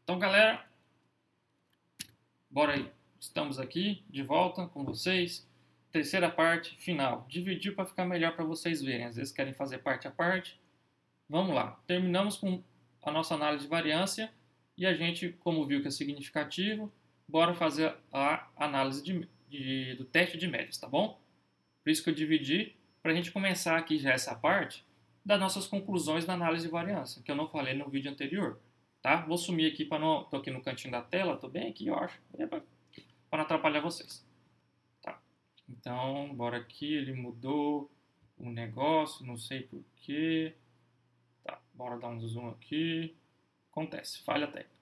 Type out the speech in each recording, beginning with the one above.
Então, galera, bora aí. Estamos aqui de volta com vocês. Terceira parte final. Dividir para ficar melhor para vocês verem. Às vezes querem fazer parte a parte. Vamos lá. Terminamos com a nossa análise de variância e a gente, como viu que é significativo, bora fazer a análise do teste de médias, tá bom? Por isso que eu dividi, para a gente começar aqui já essa parte das nossas conclusões da análise de variância, que eu não falei no vídeo anterior. Tá? Vou sumir aqui para não... Tô aqui no cantinho da tela, tô bem aqui, eu acho, para não atrapalhar vocês. Tá? Então, bora aqui, ele mudou o negócio, não sei porquê. Tá, bora dar um zoom aqui. Acontece, falha técnica.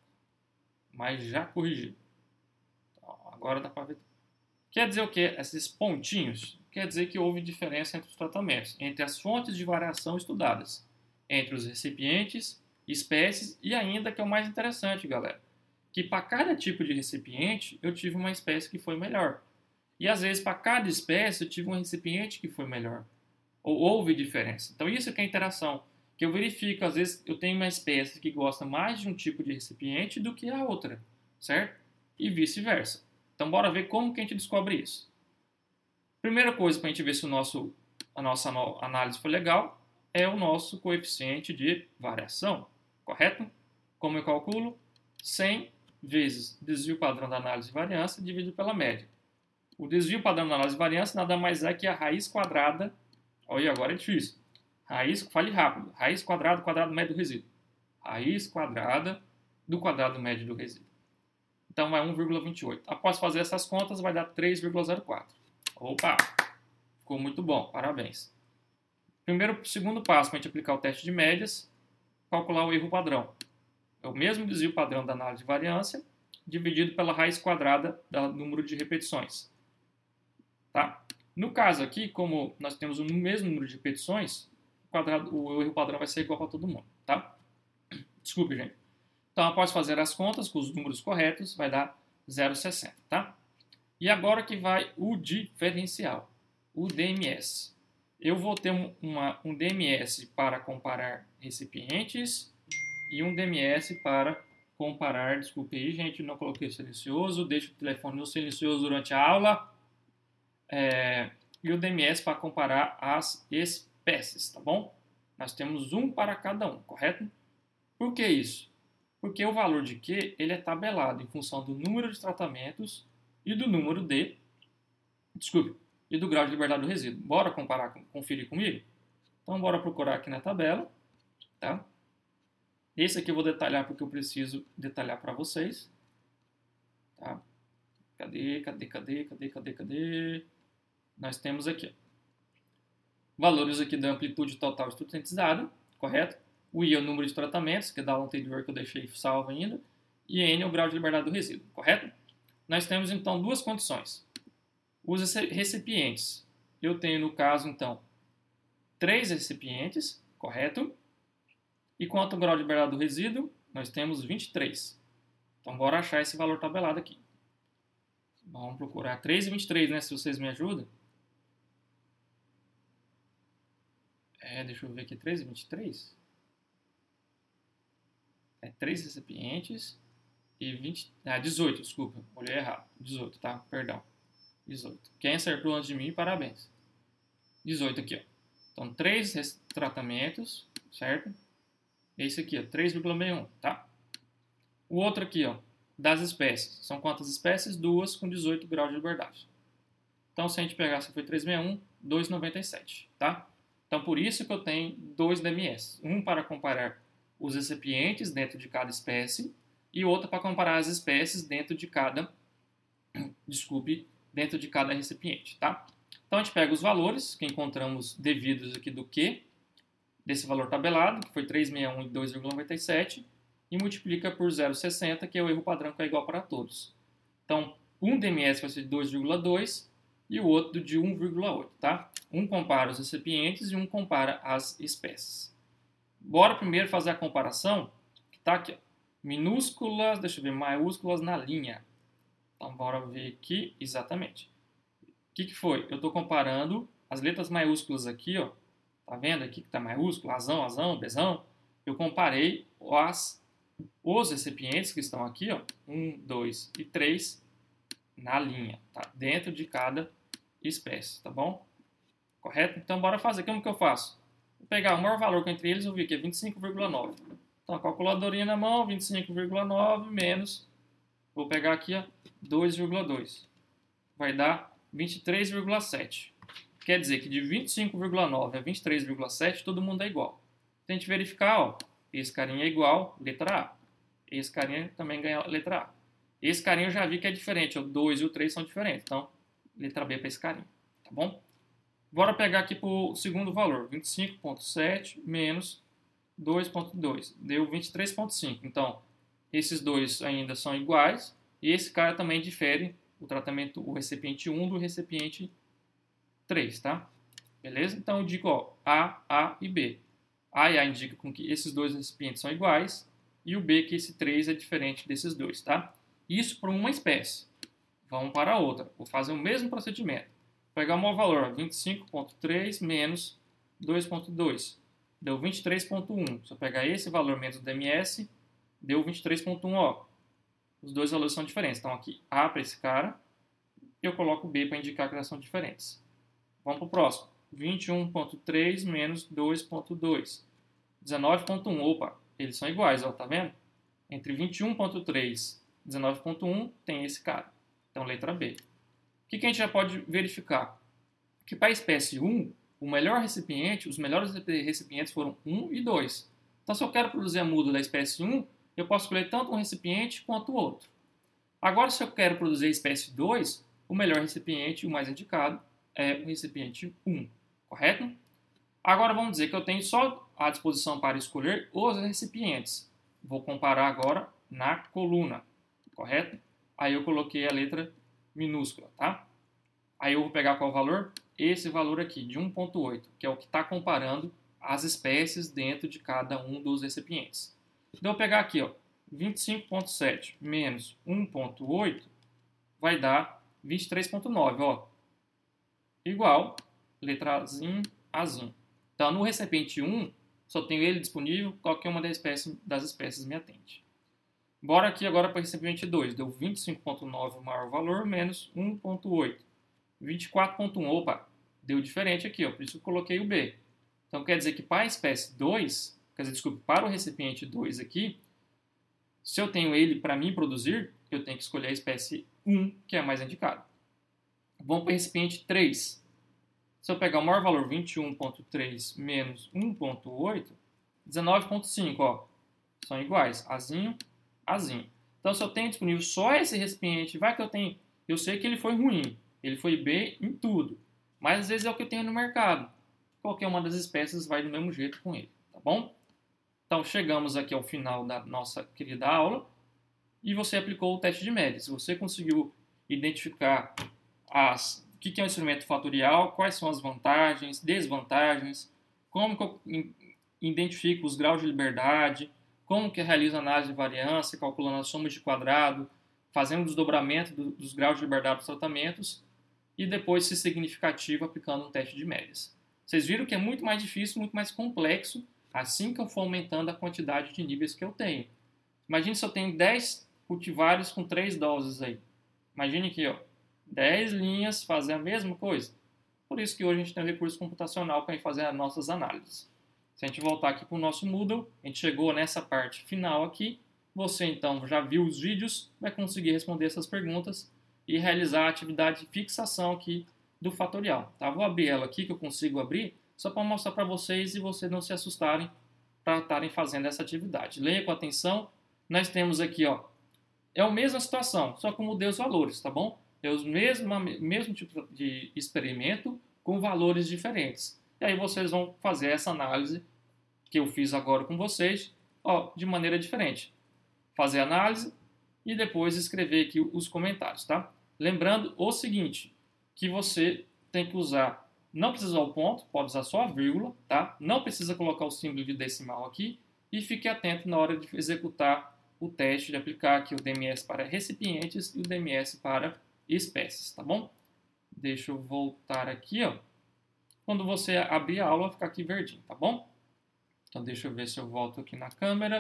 Mas já corrigiu. Então, agora dá para ver. Quer dizer o quê? Esses pontinhos quer dizer que houve diferença entre os tratamentos, entre as fontes de variação estudadas, entre os recipientes, espécies e ainda, que é o mais interessante, galera, que para cada tipo de recipiente eu tive uma espécie que foi melhor. E às vezes para cada espécie eu tive um recipiente que foi melhor. Ou houve diferença. Então isso que é a interação. Que eu verifico, às vezes eu tenho uma espécie que gosta mais de um tipo de recipiente do que a outra, certo? E vice-versa. Então bora ver como que a gente descobre isso. Primeira coisa para a gente ver se a nossa análise foi legal é o nosso coeficiente de variação, correto? Como eu calculo? 100 vezes desvio padrão da análise de variância dividido pela média. O desvio padrão da análise de variância nada mais é que a raiz quadrada. Olha, agora é difícil. Fale rápido. Raiz quadrada do quadrado médio do resíduo. Raiz quadrada do quadrado médio do resíduo. Então é 1,28. Após fazer essas contas, vai dar 3,04. Opa! Ficou muito bom. Parabéns. Segundo passo para a gente aplicar o teste de médias, calcular o erro padrão. É o mesmo desvio padrão da análise de variância, dividido pela raiz quadrada do número de repetições. Tá? No caso aqui, como nós temos o mesmo número de repetições, o erro padrão vai ser igual para todo mundo. Tá? Desculpe, gente. Então, após fazer as contas com os números corretos, vai dar 0,60. Tá? E agora que vai o diferencial, o DMS. Eu vou ter um DMS para comparar recipientes e um DMS para comparar, desculpe aí, gente, não coloquei silencioso, deixo o telefone no silencioso durante a aula. E o DMS para comparar as espécies, tá bom? Nós temos um para cada um, correto? Por que isso? Porque o valor de Q ele é tabelado em função do número de tratamentos e do número de... e do grau de liberdade do resíduo. Bora comparar, conferir comigo? Então, bora procurar aqui na tabela. Tá? Esse aqui eu vou detalhar porque eu preciso detalhar para vocês. Tá? Cadê? Nós temos aqui valores aqui da amplitude total estudantilizada, correto? O I é o número de tratamentos, que é da aula anterior que eu deixei salvo ainda. E N é o grau de liberdade do resíduo, correto? Nós temos, então, duas condições. Os recipientes. Eu tenho, no caso, então, 3 recipientes, correto? E quanto ao grau de liberdade do resíduo, nós temos 23. Então, bora achar esse valor tabelado aqui. Vamos procurar 3 e 23, né? Se vocês me ajudam. Deixa eu ver aqui, 3 e 23. 3 recipientes e 18, desculpa, olhei errado. 18, tá? Perdão. 18. Quem acertou antes de mim, parabéns. 18 aqui, ó. Então, 3 tratamentos, certo? Esse aqui, ó, 3,61, tá? O outro aqui, ó, das espécies. São quantas espécies? 2 com 18 graus de liberdade. Então, se a gente pegar, se foi 361, 2,97, tá? Então, por isso que eu tenho 2 DMS. Um para comparar os recipientes dentro de cada espécie e outro para comparar as espécies dentro de cada, dentro de cada recipiente, tá? Então a gente pega os valores que encontramos devidos aqui do Q, desse valor tabelado, que foi 361 e 2,97, e multiplica por 0,60, que é o erro padrão que é igual para todos. Então, um DMS vai ser de 2,2 e o outro de 1,8, tá? Um compara os recipientes e um compara as espécies. Bora primeiro fazer a comparação, que está aqui, ó, minúsculas, deixa eu ver, maiúsculas na linha. Então, bora ver aqui exatamente. O que foi? Eu estou comparando as letras maiúsculas aqui, ó. Tá vendo aqui que está maiúsculo? Azão, Bzão. Eu comparei as os recipientes que estão aqui, ó, 1, 2 e 3, na linha, tá? Dentro de cada espécie, tá bom? Correto? Então, bora fazer. Como que eu faço? Vou pegar o maior valor que entre eles, eu vi que é 25,9. Então, a calculadorinha na mão, 25,9 menos, vou pegar aqui, ó, 2,2. Vai dar 23,7. Quer dizer que de 25,9 a 23,7, todo mundo é igual. Se a gente verificar, ó, esse carinha é igual, letra A. Esse carinha também ganha letra A. Esse carinha eu já vi que é diferente, o 2 e o 3 são diferentes. Então, letra B para esse carinha, tá bom? Bora pegar aqui para o segundo valor, 25,7 menos 2,2. Deu 23,5. Então, esses dois ainda são iguais. E esse cara também difere o tratamento, o recipiente 1 do recipiente 3, tá? Beleza? Então, eu digo, ó, A e B. A e A indica com que esses dois recipientes são iguais. E o B que esse 3 é diferente desses dois, tá? Isso para uma espécie. Vamos para a outra. Vou fazer o mesmo procedimento. Vou pegar o maior valor, 25,3 menos 2,2. Deu 23,1. Se eu pegar esse valor menos o DMS, deu 23,1, ó. Os dois valores são diferentes. Então, aqui A para esse cara, eu coloco B para indicar que elas são diferentes. Vamos para o próximo. 21,3 menos 2,2. 19,1. Opa, eles são iguais, ó, tá vendo? Entre 21,3 e 19,1 tem esse cara. Então, letra B. O que a gente já pode verificar? Que para a espécie 1, o melhor recipiente, os melhores recipientes foram 1 e 2. Então, se eu quero produzir a muda da espécie 1, eu posso escolher tanto um recipiente quanto o outro. Agora, se eu quero produzir a espécie 2, o melhor recipiente, o mais indicado, é o recipiente 1, correto? Agora, vamos dizer que eu tenho só à disposição para escolher os recipientes. Vou comparar agora na coluna, correto? Aí eu coloquei a letra minúscula, tá? Aí eu vou pegar qual valor? Esse valor aqui, de 1,8, que é o que está comparando as espécies dentro de cada um dos recipientes. Então, eu vou pegar aqui, ó, 25,7 menos 1,8 vai dar 23,9, ó. Igual, letra Azinho. Então, no recipiente 1, só tenho ele disponível, qualquer uma das espécies me atende. Bora aqui agora para o recipiente 2. Deu 25,9 o maior valor, menos 1,8. 24,1. Opa, deu diferente aqui, ó, por isso eu coloquei o B. Então, quer dizer que para a espécie 2, quer dizer, desculpe, para o recipiente 2 aqui, se eu tenho ele para mim produzir, eu tenho que escolher a espécie 1, que é a mais indicada. Vamos para o recipiente 3. Se eu pegar o maior valor, 21,3 menos 1,8, 19,5, ó, são iguais, Azinho, Azinho. Então, se eu tenho disponível só esse recipiente, vai que eu sei que ele foi ruim, ele foi B em tudo, mas às vezes é o que eu tenho no mercado. Qualquer uma das espécies vai do mesmo jeito com ele, tá bom? Então, chegamos aqui ao final da nossa querida aula e você aplicou o teste de média. Se você conseguiu identificar o que é um instrumento fatorial, quais são as vantagens, desvantagens, como que eu identifico os graus de liberdade, como que realiza a análise de variância, calculando a soma de quadrado, fazendo o desdobramento dos graus de liberdade dos tratamentos e depois, se significativo, aplicando um teste de médias. Vocês viram que é muito mais difícil, muito mais complexo, assim que eu for aumentando a quantidade de níveis que eu tenho. Imagine se eu tenho 10 cultivares com 3 doses aí. Imagine aqui, ó, 10 linhas fazer a mesma coisa. Por isso que hoje a gente tem um recurso computacional para fazer as nossas análises. Se a gente voltar aqui para o nosso Moodle, a gente chegou nessa parte final aqui. Você, então, já viu os vídeos, vai conseguir responder essas perguntas e realizar a atividade de fixação aqui do fatorial. Tá? Vou abrir ela aqui, que eu consigo abrir, só para mostrar para vocês e vocês não se assustarem para estarem fazendo essa atividade. Leia com atenção. Nós temos aqui, ó, é a mesma situação, só que eu mudei os valores, tá bom? É o mesmo tipo de experimento com valores diferentes. E aí vocês vão fazer essa análise que eu fiz agora com vocês, ó, de maneira diferente. Fazer a análise e depois escrever aqui os comentários, tá? Lembrando o seguinte, que você tem que usar, não precisa usar o ponto, pode usar só a vírgula, tá? Não precisa colocar o símbolo de decimal aqui e fique atento na hora de executar o teste de aplicar aqui o DMS para recipientes e o DMS para espécies, tá bom? Deixa eu voltar aqui, ó. Quando você abrir a aula, vai ficar aqui verdinho, tá bom? Então, deixa eu ver se eu volto aqui na câmera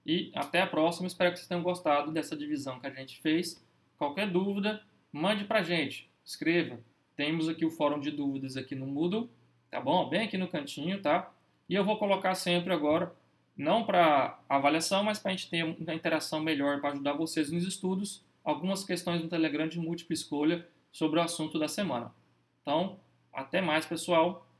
E até a próxima. Espero que vocês tenham gostado dessa divisão que a gente fez. Qualquer dúvida, mande pra gente. Escreva. Temos aqui o fórum de dúvidas aqui no Moodle, tá bom? Bem aqui no cantinho, tá? E eu vou colocar sempre agora, não para avaliação, mas para a gente ter uma interação melhor para ajudar vocês nos estudos, algumas questões no Telegram de múltipla escolha sobre o assunto da semana. Então, até mais, pessoal.